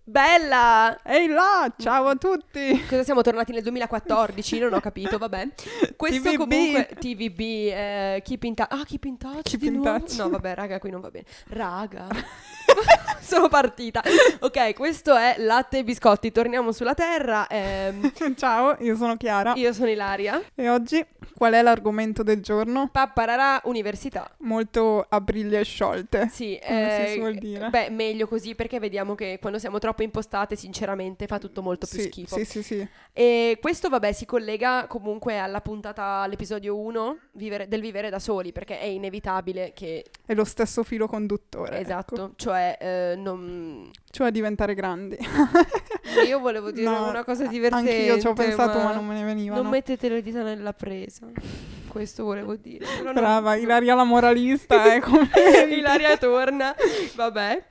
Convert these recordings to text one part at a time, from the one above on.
Bella! Ehi là, ciao a tutti! Cosa siamo tornati nel 2014? Non ho capito, vabbè. Questo TVB. comunque TVB, Keep in Touch. Ah, Keep in Touch Keep di in nuovo? touch. No, vabbè, raga, qui non va bene. Raga. Sono partita. Ok, questo è Latte e Biscotti. Torniamo sulla terra. Ciao, io sono Chiara Io sono Ilaria. e oggi qual è l'argomento del giorno? Pappararà università. Molto a briglie sciolte, Sì, come si suol dire. beh, meglio così perché vediamo che quando siamo troppo impostate, sinceramente, fa tutto molto più Sì, schifo. sì. E questo, vabbè, si collega comunque alla puntata, all'episodio 1 del vivere da soli, perché è inevitabile che... È lo stesso filo conduttore. Esatto, ecco. cioè non... Cioè diventare grandi. Io volevo dire No, una cosa divertente. Anch'io ci ho pensato, ma non me ne venivano. Non mettete le dita nella presa. Questo volevo dire. Però Brava, Ilaria la moralista, complimenti. Ilaria torna, vabbè.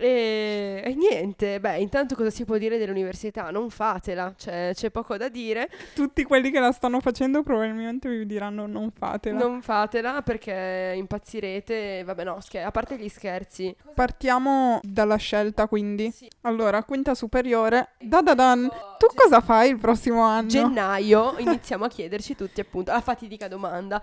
E niente, beh, intanto cosa si può dire dell'università? Non fatela, c'è poco da dire. Tutti quelli che la stanno facendo probabilmente vi diranno non fatela. Non fatela perché impazzirete. Vabbè, no, a parte gli scherzi. Partiamo dalla scelta, quindi. Sì. Allora, quinta superiore. Da-da-dan. Tu cosa fai il prossimo anno? Gennaio iniziamo a chiederci tutti appunto la fatidica domanda.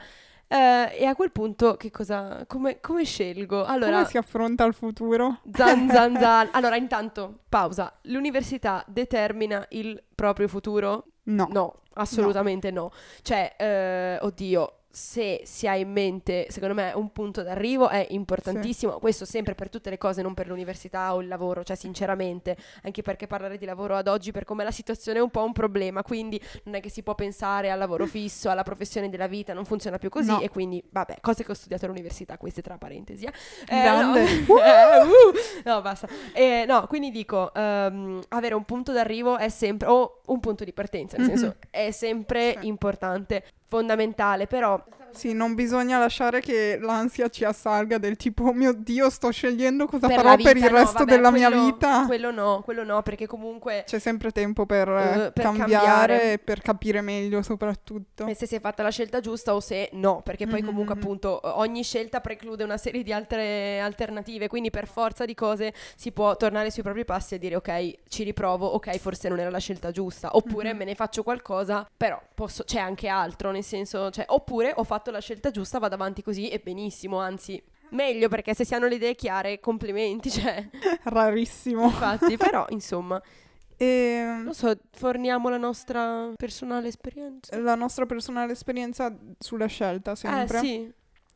E a quel punto che cosa... Come scelgo? Allora, Come si affronta il futuro? zan zan zan. Allora, intanto, pausa. L'università determina il proprio futuro? No. No, assolutamente no. Cioè, oddio, se si ha in mente, secondo me, un punto d'arrivo è importantissimo. Questo sempre per tutte le cose, non per l'università o il lavoro, cioè sinceramente, anche perché parlare di lavoro ad oggi per com'è la situazione è un po' un problema, quindi non è che si può pensare al lavoro fisso, alla professione della vita, non funziona più così. No. E quindi, vabbè, cose che ho studiato all'università, queste tra parentesi. Grande. No. No, basta. No, quindi dico, avere un punto d'arrivo è sempre, o un punto di partenza, nel senso, è sempre importante, fondamentale, però... Sì, non bisogna lasciare che l'ansia ci assalga del tipo, oh mio Dio, sto scegliendo cosa Per farò la vita, per il no, resto vabbè, della mia vita. Quello no, perché comunque... C'è sempre tempo per cambiare. cambiare e per capire meglio soprattutto. E se si è fatta la scelta giusta o se no, perché poi comunque appunto ogni scelta preclude una serie di altre alternative, quindi per forza di cose si può tornare sui propri passi e dire ok, ci riprovo, ok, forse non era la scelta giusta, oppure me ne faccio qualcosa, però c'è anche altro, nel senso, cioè, oppure ho fatto la scelta giusta, vado avanti così e benissimo, anzi meglio, perché se si hanno le idee chiare, complimenti, cioè, Rarissimo. infatti, però insomma... E Non so, forniamo la nostra personale esperienza. la nostra personale esperienza sulla scelta sempre. Sì.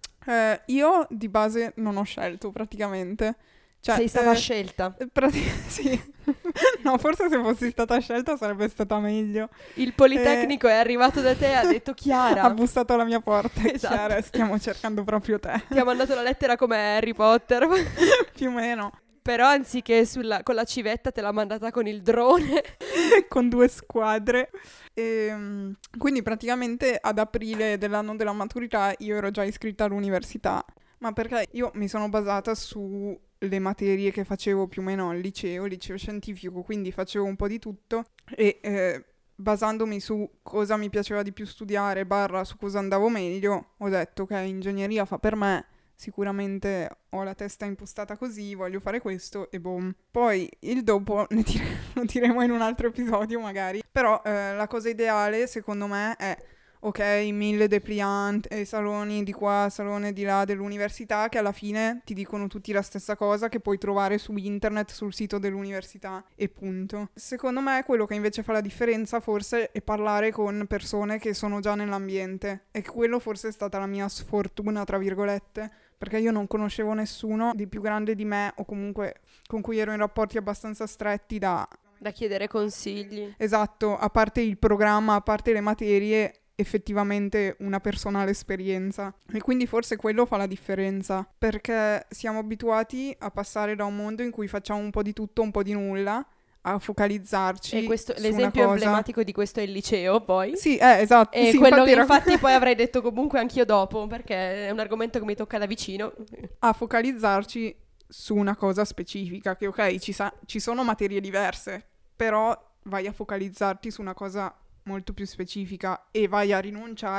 Io di base non ho scelto praticamente. Cioè, Sei stata scelta. Sì. No, forse se fossi stata scelta sarebbe stata meglio. Il Politecnico è arrivato da te e ha detto Chiara. Ha bussato alla mia porta. Esatto. Chiara, stiamo cercando proprio te. Ti ha mandato la lettera come Harry Potter. Più o meno. Però anziché con la civetta te l'ha mandata con il drone. Con 2 squadre. Quindi praticamente ad aprile dell'anno della maturità io ero già iscritta all'università. Ma perché io mi sono basata su le materie che facevo più o meno al liceo scientifico, quindi facevo un po' di tutto e basandomi su cosa mi piaceva di più studiare / su cosa andavo meglio, ho detto ok, ingegneria fa per me, sicuramente ho la testa impostata così, voglio fare questo e boom. Poi il dopo lo diremo in un altro episodio magari, però la cosa ideale secondo me è ok, 1000 dépliant e saloni di qua, salone di là dell'università che alla fine ti dicono tutti la stessa cosa che puoi trovare su internet, sul sito dell'università e punto. Secondo me quello che invece fa la differenza forse è parlare con persone che sono già nell'ambiente e quello forse è stata la mia sfortuna, tra virgolette, perché io non conoscevo nessuno di più grande di me o comunque con cui ero in rapporti abbastanza stretti da chiedere consigli. Esatto, a parte il programma, a parte le materie, effettivamente una personale esperienza. E quindi forse quello fa la differenza, perché siamo abituati a passare da un mondo in cui facciamo un po' di tutto, un po' di nulla, a focalizzarci E questo, su l'esempio una cosa. emblematico di questo è il liceo, poi. Sì, esatto. E sì, quello che era- infatti poi avrei detto comunque anch'io dopo, perché è un argomento che mi tocca da vicino. a focalizzarci su una cosa specifica, che ok, ci sono materie diverse, però vai a focalizzarti su una cosa molto più specifica e vai a rinunciare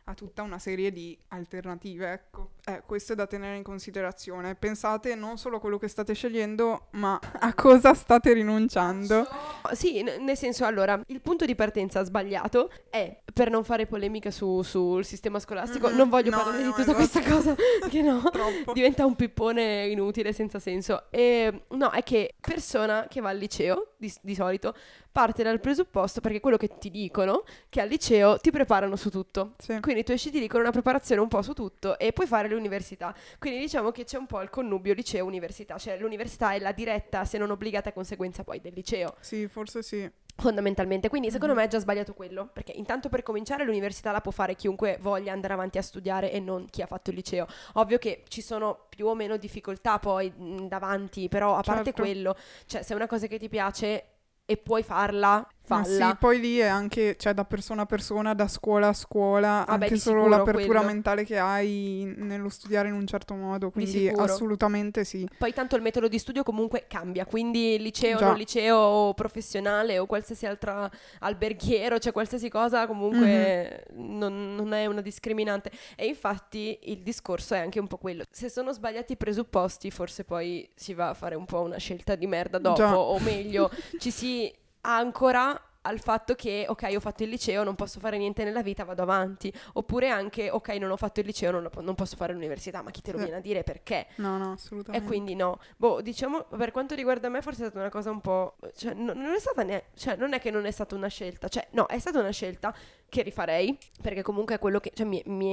a tutta una serie di alternative, ecco. Questo è da tenere in considerazione. Pensate non solo a quello che state scegliendo, ma a cosa state rinunciando. Sì, nel senso, allora, il punto di partenza sbagliato è, per non fare polemica sul sistema scolastico, non voglio parlare di tutta questa cosa, che no, diventa un pippone inutile, senza senso. No, è che persona che va al liceo, di solito, parte dal presupposto, perché quello che ti dicono, che al liceo ti preparano su tutto. Sì. Quindi tu esci di lì con una preparazione un po' su tutto e puoi fare l'università. Quindi diciamo che c'è un po' il connubio liceo-università, cioè l'università è la diretta, se non obbligata conseguenza poi del liceo. Sì, forse sì. Fondamentalmente, quindi secondo me è già sbagliato quello, perché intanto per cominciare l'università la può fare chiunque voglia andare avanti a studiare e non chi ha fatto il liceo. Ovvio che ci sono più o meno difficoltà poi davanti, però a parte quello, cioè se è una cosa che ti piace e puoi farla, falla. Ma sì, poi lì è anche, cioè, da persona a persona, da scuola a scuola, Vabbè, anche di solo sicuro l'apertura quello. mentale che hai nello studiare in un certo modo, quindi sicuro. assolutamente sì. Poi tanto il metodo di studio comunque cambia, quindi liceo, Già. non liceo, o professionale o qualsiasi altra alberghiero, cioè qualsiasi cosa comunque non è una discriminante. E infatti il discorso è anche un po' quello. Se sono sbagliati i presupposti, forse poi si va a fare un po' una scelta di merda dopo, Già. o meglio, ci si ancora al fatto che, ok, ho fatto il liceo, non posso fare niente nella vita, vado avanti. Oppure anche, ok, non ho fatto il liceo, non posso fare l'università, ma chi te lo viene a dire, perché? No, assolutamente. E quindi no. Boh, diciamo, per quanto riguarda me, forse è stata una cosa un po'... Cioè, non è stata cioè, non è che non è stata una scelta. Cioè, no, è stata una scelta che rifarei, perché comunque è quello che... Cioè,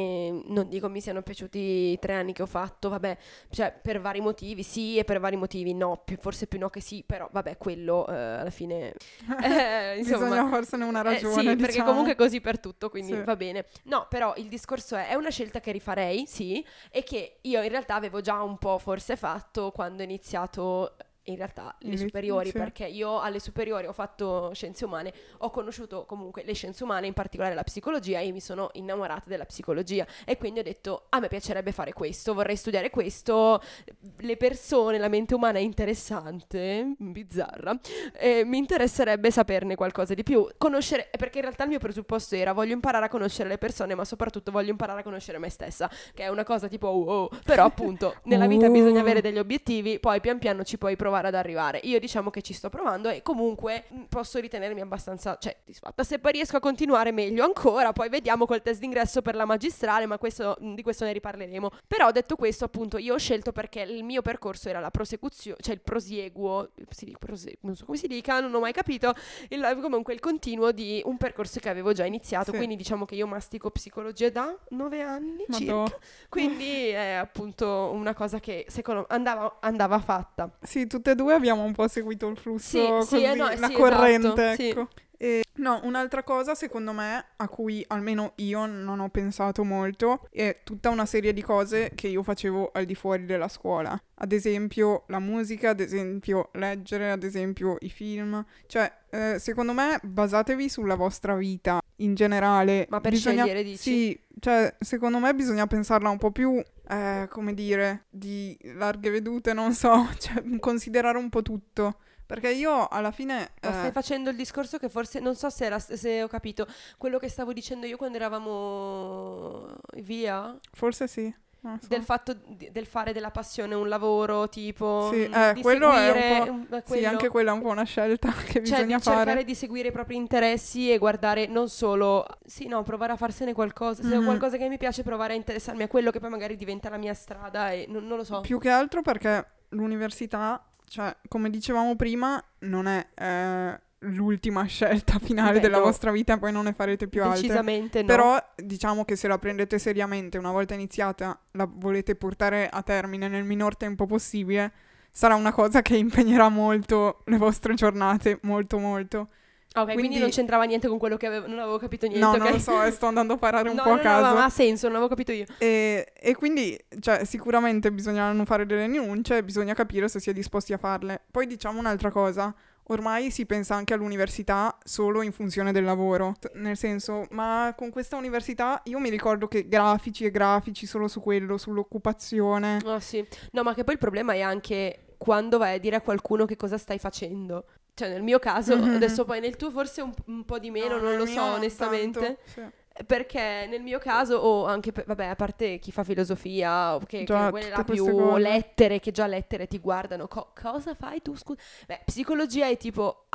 non dico mi siano piaciuti i 3 anni che ho fatto, vabbè, cioè, per vari motivi sì e per vari motivi no. Forse più no che sì, però vabbè, quello alla fine... insomma, bisogna farsene una ragione, sì, perché diciamo. comunque è così per tutto, quindi Sì. va bene. No, però il discorso è una scelta che rifarei, sì, e che io in realtà avevo già un po' forse fatto quando ho iniziato in realtà le superiori, sì. perché io alle superiori ho fatto scienze umane, ho conosciuto comunque le scienze umane, in particolare la psicologia, e mi sono innamorata della psicologia e quindi ho detto a me piacerebbe fare questo, vorrei studiare questo, le persone, la mente umana è interessante, bizzarra, e mi interesserebbe saperne qualcosa di più, conoscere, perché in realtà il mio presupposto era voglio imparare a conoscere le persone, ma soprattutto voglio imparare a conoscere me stessa, che è una cosa tipo wow, però appunto nella vita bisogna avere degli obiettivi, poi pian piano ci puoi provare ad arrivare. Io diciamo che ci sto provando e comunque posso ritenermi abbastanza, cioè, disfatta. Se poi riesco a continuare meglio ancora, poi vediamo col test d'ingresso per la magistrale, ma di questo ne riparleremo. Però detto questo, appunto, io ho scelto perché il mio percorso era la prosecuzione, cioè il prosieguo, non so come si dica, non ho mai capito, comunque il continuo di un percorso che avevo già iniziato, Sì. quindi diciamo che io mastico psicologia da 9 anni Madò. circa, quindi è appunto una cosa che secondo me andava fatta. Sì, tutte e due abbiamo un po' seguito il flusso, Sì, così, no, la sì, corrente, esatto, ecco. E, no, un'altra cosa secondo me a cui almeno io non ho pensato molto è tutta una serie di cose che io facevo al di fuori della scuola. Ad esempio la musica, ad esempio leggere, ad esempio i film. Cioè, secondo me basatevi sulla vostra vita in generale. Ma per scegliere, dici? Sì, cioè secondo me bisogna pensarla un po' più, come dire, di larghe vedute, non so, cioè considerare un po' tutto. Perché io alla fine... Ma stai facendo il discorso che forse, non so se ho capito, quello che stavo dicendo io quando eravamo via? Forse sì. Non so. Del fatto del fare della passione un lavoro, tipo Sì, di quello seguire è un po'... Sì, anche quella è un po' una scelta che cioè bisogna di cercare fare. di seguire i propri interessi e guardare non solo, sì, no, provare a farsene qualcosa, se ho qualcosa che mi piace, provare a interessarmi a quello che poi magari diventa la mia strada e non lo so. Più che altro perché l'università, cioè, come dicevamo prima, non è l'ultima scelta finale Beh, della no. vostra vita e poi non ne farete più altre. Decisamente no. Però diciamo che se la prendete seriamente, una volta iniziata, la volete portare a termine nel minor tempo possibile, sarà una cosa che impegnerà molto le vostre giornate, molto molto. Ok, quindi non c'entrava niente con quello che non avevo capito niente. No, ok? non lo so, sto andando a parare un No, po' a caso. No, ha senso, non avevo capito io. E quindi, cioè, sicuramente bisogna non fare delle rinunce, bisogna capire se si è disposti a farle. Poi diciamo un'altra cosa, ormai si pensa anche all'università solo in funzione del lavoro, nel senso, ma con questa università io mi ricordo che grafici solo su quello, sull'occupazione. Ah, sì. No, ma che poi il problema è anche quando vai a dire a qualcuno che cosa stai facendo. Cioè, nel mio caso, adesso poi nel tuo forse un po' di meno, No, non nel lo so, mio onestamente. tanto, sì. Perché nel mio caso, o anche, vabbè, a parte chi fa filosofia, o che Già, quelle là tutte più queste cose. lettere, che già lettere ti guardano, cosa fai tu, scusa? Beh, psicologia è tipo,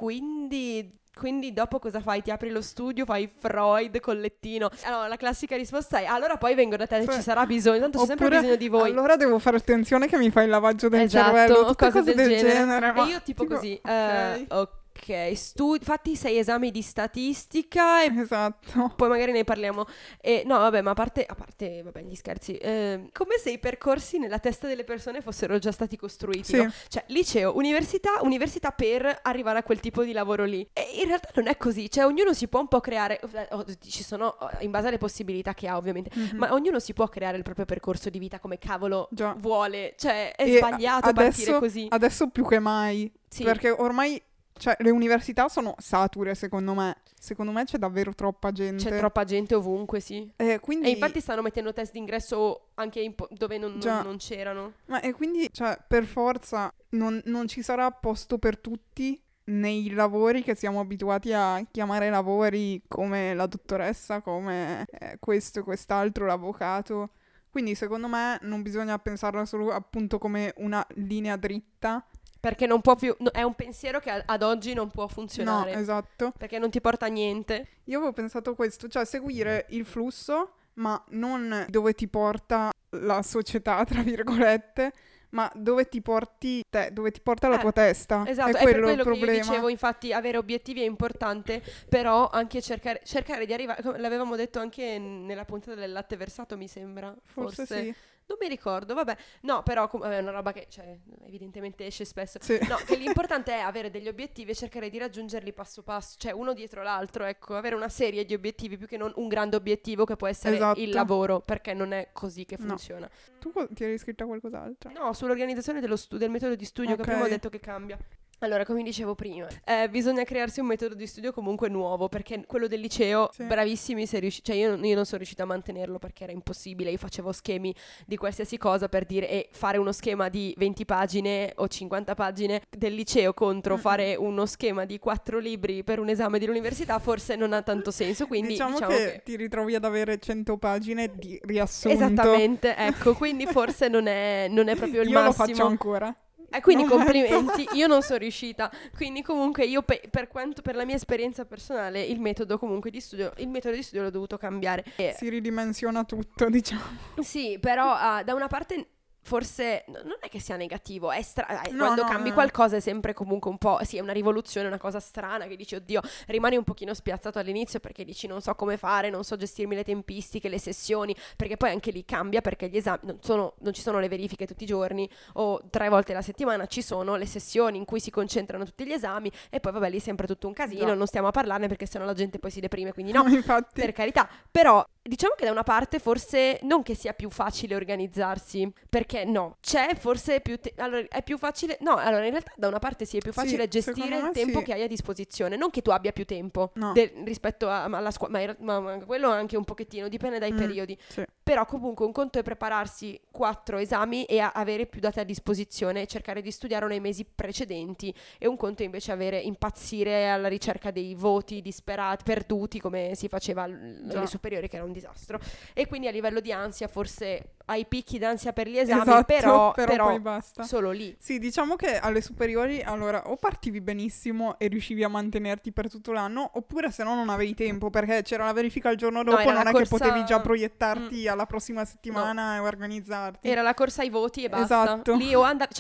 quindi dopo cosa fai? Ti apri lo studio, fai Freud, collettino. Allora, la classica risposta è, allora poi vengo da te, Cioè, ci sarà bisogno, tanto c'è sempre oppure, bisogno di voi. allora devo fare attenzione che mi fai il lavaggio del Esatto, cervello, o tutte cose del genere. E Ma io tipo così, ok. ok, fatti 6 esami di statistica e Esatto. poi magari ne parliamo. No, vabbè, ma a parte, vabbè, gli scherzi. Come se i percorsi nella testa delle persone fossero già stati costruiti, Sì. no? Cioè, liceo, università per arrivare a quel tipo di lavoro lì. E in realtà non è così. Cioè, ognuno si può un po' creare. Ci sono, in base alle possibilità che ha, ovviamente. Mhm. Ma ognuno si può creare il proprio percorso di vita come cavolo Già. vuole. Cioè, è E sbagliato partire così. Adesso più che mai. Sì. Perché ormai, cioè, le università sono sature, secondo me. Secondo me c'è davvero troppa gente. C'è troppa gente ovunque, sì. Quindi, E infatti stanno mettendo test d'ingresso anche dove Già. non c'erano. Ma e quindi, cioè, per forza non ci sarà posto per tutti nei lavori che siamo abituati a chiamare lavori, come la dottoressa, come questo e quest'altro, l'avvocato. Quindi secondo me non bisogna pensarla solo appunto come una linea dritta. Perché non può più. È un pensiero che ad oggi non può No, funzionare. esatto. Perché non ti porta a niente. Io avevo pensato questo, cioè seguire il flusso, ma non dove ti porta la società, tra virgolette, ma dove ti porti te, dove ti porta la tua testa. Esatto, È è per quello il quello che io problema. dicevo, infatti, avere obiettivi è importante, però anche cercare di arrivare. L'avevamo detto anche nella puntata del latte versato, mi sembra. Forse sì. Non mi ricordo, vabbè. No, però è una roba che, cioè, evidentemente esce spesso. Sì. No, che l'importante è avere degli obiettivi e cercare di raggiungerli passo passo, cioè uno dietro l'altro, ecco, avere una serie di obiettivi più che non un grande obiettivo che può essere Esatto. il lavoro, perché non è così che No. funziona. Tu ti eri iscritta a qualcos'altro? No, sull'organizzazione del metodo di studio che Ok. prima ho detto che cambia. Allora, come dicevo prima, bisogna crearsi un metodo di studio comunque nuovo, perché quello del liceo, Sì. bravissimi, sei riusciti, cioè io non sono riuscita a mantenerlo perché era impossibile, io facevo schemi di qualsiasi cosa per dire, e fare uno schema di 20 pagine o 50 pagine del liceo contro fare uno schema di 4 libri per un esame dell'università forse non ha tanto senso, quindi diciamo che ti ritrovi ad avere 100 pagine di riassunto. Esattamente, ecco, quindi forse non è proprio il Io massimo. lo faccio ancora. Quindi Lo metto. complimenti, io non sono riuscita. Quindi comunque io per la mia esperienza personale il metodo di studio l'ho dovuto cambiare. Si ridimensiona tutto, diciamo. Sì, però da una parte forse non è che sia negativo, è No, quando no, cambi no. qualcosa è sempre comunque un po', sì, è una rivoluzione, una cosa strana che dici, oddio, rimani un pochino spiazzato all'inizio perché dici non so come fare, non so gestirmi le tempistiche, le sessioni, perché poi anche lì cambia, perché gli esami non ci sono le verifiche tutti i giorni o 3 volte alla settimana, ci sono le sessioni in cui si concentrano tutti gli esami e poi vabbè lì è sempre tutto un casino, Già. non stiamo a parlarne perché sennò la gente poi si deprime, quindi no, Infatti. per carità, però diciamo che da una parte forse non che sia più facile organizzarsi, perché no, c'è forse più allora è più facile, no, allora in realtà da una parte sì è più Sì, facile gestire secondo il me tempo sì. che hai a disposizione, non che tu abbia più tempo No. rispetto alla scuola, ma quello anche un pochettino, dipende dai periodi. Sì. Però comunque un conto è prepararsi 4 esami e avere più date a disposizione e cercare di studiare nei mesi precedenti, e un conto è invece impazzire alla ricerca dei voti disperati, perduti, come si faceva alle superiori, che era un disastro. E quindi a livello di ansia forse hai picchi d'ansia per gli esami, Esatto, però poi basta. solo lì. Sì, diciamo che alle superiori, allora, o partivi benissimo e riuscivi a mantenerti per tutto l'anno, oppure se no non avevi tempo, perché c'era la verifica il giorno dopo, era non la è che corsa- potevi già proiettarti alla prossima settimana No. e organizzarti. Era la corsa ai voti e basta. Esatto. Lì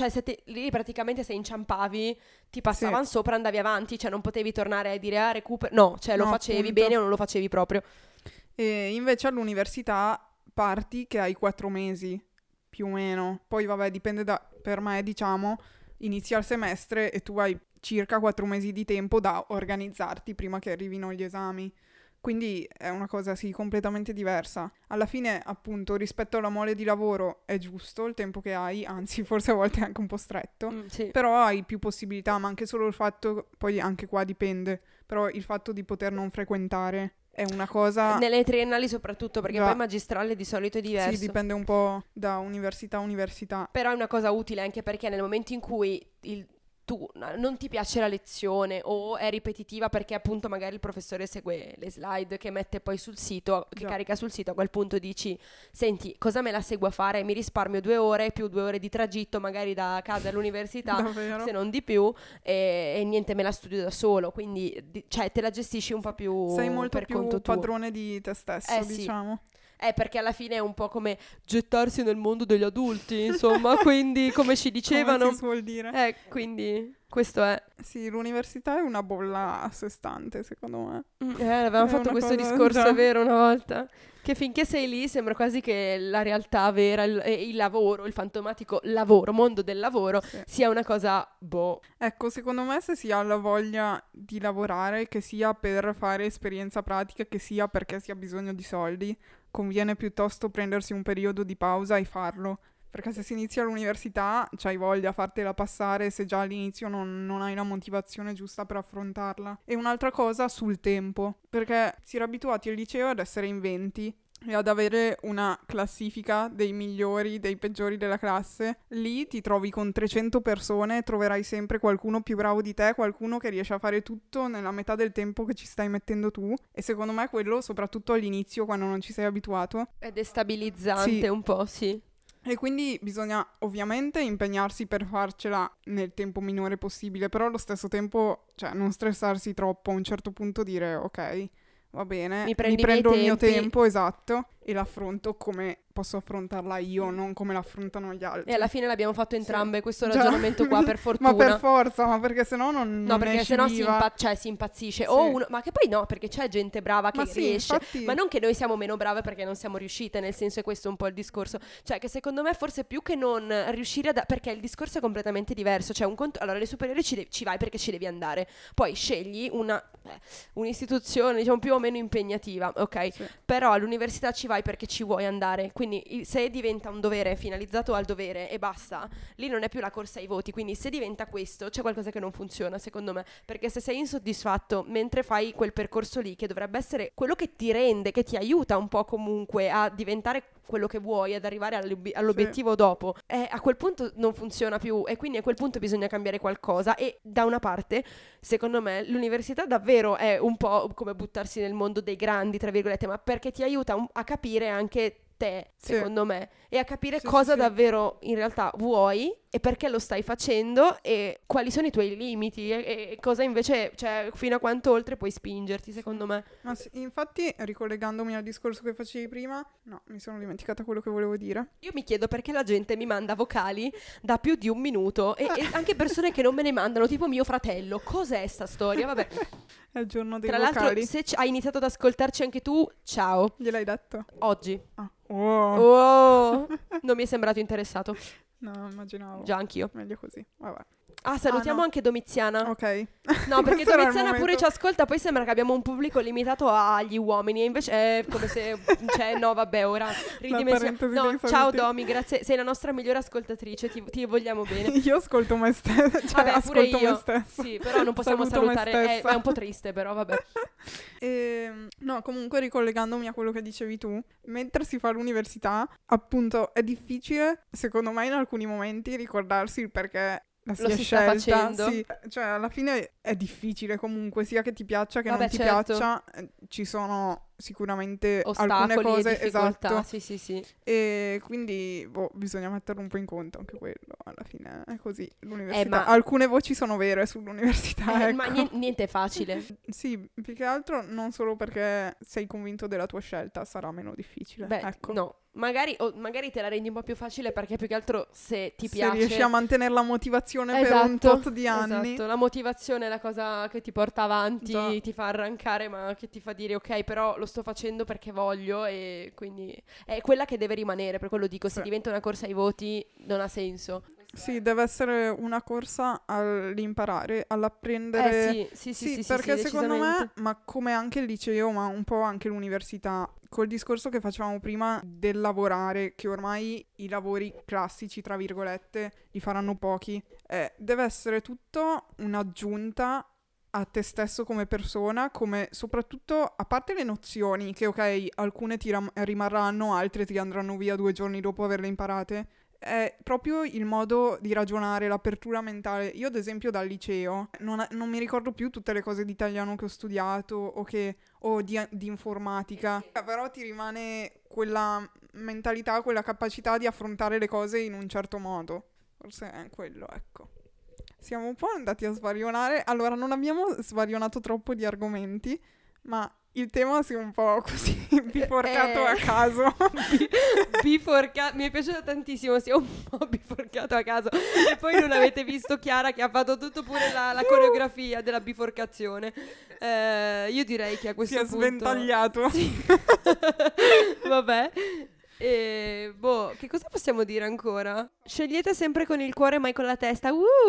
lì praticamente se inciampavi ti passavano sopra, andavi avanti, cioè non potevi tornare a dire recupero. No, cioè lo No, facevi appunto. bene o non lo facevi proprio. E invece all'università parti che hai 4 mesi, più o meno. Poi vabbè, dipende per me, diciamo, inizia il semestre e tu hai circa 4 mesi di tempo da organizzarti prima che arrivino gli esami. Quindi è una cosa, sì, completamente diversa. Alla fine, appunto, rispetto alla mole di lavoro è giusto il tempo che hai, anzi forse a volte è anche un po' stretto. Sì. Però hai più possibilità, ma anche solo il fatto, poi anche qua dipende, però il fatto di poter non frequentare è una cosa... Nelle triennali soprattutto, perché Già. poi magistrale di solito è diverso. Sì, dipende un po' da università a università. Però è una cosa utile anche perché nel momento in cui tu non ti piace la lezione o è ripetitiva perché appunto magari il professore segue le slide che mette poi sul sito, che carica sul sito, a quel punto dici, senti, cosa me la seguo a fare? Mi risparmio 2 ore più 2 ore di tragitto magari da casa all'università, Davvero? se non di più, e niente, me la studio da solo, quindi cioè te la gestisci un po' più Sei molto per più conto tuo. padrone di te stesso, Sì. diciamo. Perché alla fine è un po' come gettarsi nel mondo degli adulti, insomma, quindi come ci dicevano. Come si suol dire. Quindi questo è. Sì, l'università è una bolla a sé stante, secondo me. Avevamo È fatto una questo cosa- discorso, già. è vero, una volta. Che finché sei lì sembra quasi che la realtà vera, il lavoro, il fantomatico lavoro, mondo del lavoro, Sì. sia una cosa, Ecco, secondo me se si ha la voglia di lavorare, che sia per fare esperienza pratica, che sia perché si ha bisogno di soldi, conviene piuttosto prendersi un periodo di pausa e farlo. Perché se si inizia l'università, c'hai voglia a fartela passare se già all'inizio non hai la motivazione giusta per affrontarla. E un'altra cosa sul tempo, perché si era abituati al liceo ad essere in 20 e ad avere una classifica dei migliori, dei peggiori della classe. Lì ti trovi con 300 persone, troverai sempre qualcuno più bravo di te, qualcuno che riesce a fare tutto nella metà del tempo che ci stai mettendo tu. E secondo me quello, soprattutto all'inizio, quando non ci sei abituato, è destabilizzante Sì. un po', sì. e quindi bisogna ovviamente impegnarsi per farcela nel tempo minore possibile, però allo stesso tempo, cioè, non stressarsi troppo, a un certo punto dire ok, va bene, Mi prendi i prendo il miei mio tempi. tempo, esatto, e l'affronto come posso affrontarla io, non come l'affrontano gli altri. E alla fine l'abbiamo fatto entrambe questo Già. ragionamento qua, per fortuna. Ma per forza, ma perché sennò non No, perché esci sennò si, viva. si impazzisce. Sì. O ma che poi no, perché c'è gente brava che Ma sì, riesce. infatti- Ma non che noi siamo meno brave perché non siamo riuscite, nel senso è questo un po' il discorso. Cioè che secondo me forse più che non riuscire a... perché il discorso è completamente diverso. Cioè un conto... Allora le superiori ci vai perché ci devi andare. Poi scegli un'istituzione diciamo più o meno impegnativa, ok? Sì. Però all'università ci vai perché ci vuoi andare. Quindi se diventa un dovere finalizzato al dovere e basta, lì non è più la corsa ai voti. Quindi se diventa questo c'è qualcosa che non funziona secondo me, perché se sei insoddisfatto mentre fai quel percorso lì che dovrebbe essere quello che ti rende, che ti aiuta un po' comunque a diventare quello che vuoi, ad arrivare all'obiettivo dopo, a quel punto non funziona più e quindi a quel punto bisogna cambiare qualcosa. E da una parte secondo me l'università davvero è un po' come buttarsi nel mondo dei grandi tra virgolette, ma perché ti aiuta a capire anche te, Sì. secondo me, e a capire Sì, cosa sì, sì. davvero in realtà vuoi e perché lo stai facendo e quali sono i tuoi limiti e cosa invece, cioè fino a quanto oltre puoi spingerti, secondo me. Ma sì, infatti, ricollegandomi al discorso che facevi prima, no, mi sono dimenticata quello che volevo dire. Io mi chiedo perché la gente mi manda vocali da più di 1 minuto e anche persone che non me ne mandano, tipo mio fratello. Cos'è sta storia? Vabbè. È il giorno dei Tra l'altro, vocali. se hai iniziato ad ascoltarci anche tu, ciao. Gliel'hai detto? Oggi. Ah. Oh. Oh, non mi è sembrato interessato. No, immaginavo. Già anch'io. Meglio così. Vabbè. Ah, salutiamo no. anche Domiziana. Ok. No, perché Questo era il Domiziana pure momento. ci ascolta, poi sembra che abbiamo un pubblico limitato agli uomini, e invece è come se, cioè, no, vabbè, ora ridimensioniamo. parentesi No, dei ciao saluti. Domi, grazie, sei la nostra migliore ascoltatrice, ti vogliamo bene. Io ascolto me stessa. Cioè, Vabbè, pure ascolto io. me stessa. Sì, però non possiamo Saluto me salutare, stessa. è un po' triste, però vabbè. No, comunque ricollegandomi a quello che dicevi tu, mentre si fa l'università, appunto, è difficile, secondo me, in alcuni momenti ricordarsi il perché la Lo sia si sta scelta. facendo. Sì, cioè alla fine è difficile comunque, sia che ti piaccia che Vabbè, non ti certo. piaccia, ci sono sicuramente Ostacoli alcune cose, e difficoltà, esatto, sì, sì, sì. e quindi bisogna metterlo un po' in conto anche quello, alla fine è così, l'università. ma- Alcune voci sono vere sull'università, ecco. Ma niente è facile. Sì, più che altro non solo perché sei convinto della tua scelta, sarà meno difficile. Beh, ecco. no, magari te la rendi un po' più facile perché più che altro se ti Se piace... riesci a mantenere la motivazione per un tot di anni. Esatto, la motivazione è la cosa che ti porta avanti, Già. ti fa arrancare, ma che ti fa dire ok, però lo sto facendo perché voglio e quindi è quella che deve rimanere, per quello dico, se Sì. diventa una corsa ai voti non ha senso. Sì, deve essere una corsa all'imparare, all'apprendere. Sì, perché secondo me, decisamente. ma come anche il liceo, ma un po' anche l'università, col discorso che facevamo prima del lavorare, che ormai i lavori classici, tra virgolette, li faranno pochi, deve essere tutto un'aggiunta a te stesso come persona, come soprattutto, a parte le nozioni, che ok, alcune ti rimarranno, altre ti andranno via 2 giorni dopo averle imparate, è proprio il modo di ragionare, l'apertura mentale. Io ad esempio dal liceo non mi ricordo più tutte le cose di italiano che ho studiato o di informatica, però ti rimane quella mentalità, quella capacità di affrontare le cose in un certo modo. Forse è quello, ecco. Siamo un po' andati a svarionare. Allora, non abbiamo svarionato troppo di argomenti, ma il tema si è un po' così biforcato a caso. Mi è piaciuto tantissimo, si è un po' biforcato a caso. E poi non avete visto Chiara che ha fatto tutto pure la coreografia della biforcazione. Io direi che a questo punto... Si è sventagliato. Sì. Vabbè. E che cosa possiamo dire ancora? Scegliete sempre con il cuore mai con la testa.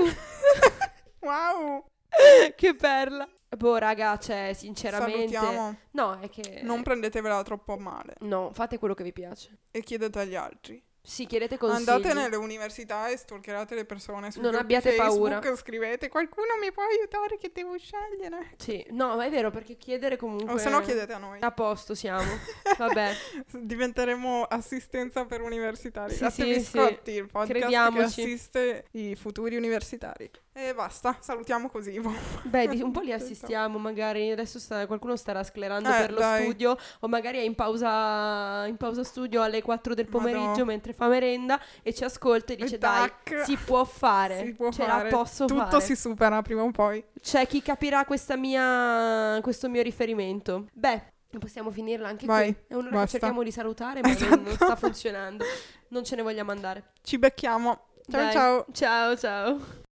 Wow! Che perla. Raga, cioè, sinceramente... Salutiamo. No, è che... Non prendetevela troppo male. No, fate quello che vi piace. E chiedete agli altri. Sì, chiedete consigli. Andate nelle università e stalkerate le persone su Non abbiate Facebook, paura. Scrivete qualcuno mi può aiutare che devo scegliere. Sì, no, ma è vero, perché chiedere comunque... O se no chiedete a noi. A posto siamo. Vabbè. Diventeremo assistenza per universitari. Sì, Latte sì, Biscotti, sì. il podcast Crediamoci. che assiste i futuri universitari. E basta, salutiamo così. Beh, un po' li assistiamo, magari adesso qualcuno starà sclerando per lo dai. studio, o magari è in pausa studio alle 4 del pomeriggio Madò. mentre fa merenda e ci ascolta e dice dai, tac. si può fare, Si può ce fare. la posso Tutto fare. si supera prima o poi. C'è chi capirà questo mio riferimento. Beh, possiamo finirla anche Vai, qui. È un'ora che basta. cerchiamo di salutare, ma Esatto. non sta funzionando. Non ce ne vogliamo andare. Ci becchiamo. Ciao Dai. ciao. Ciao, ciao.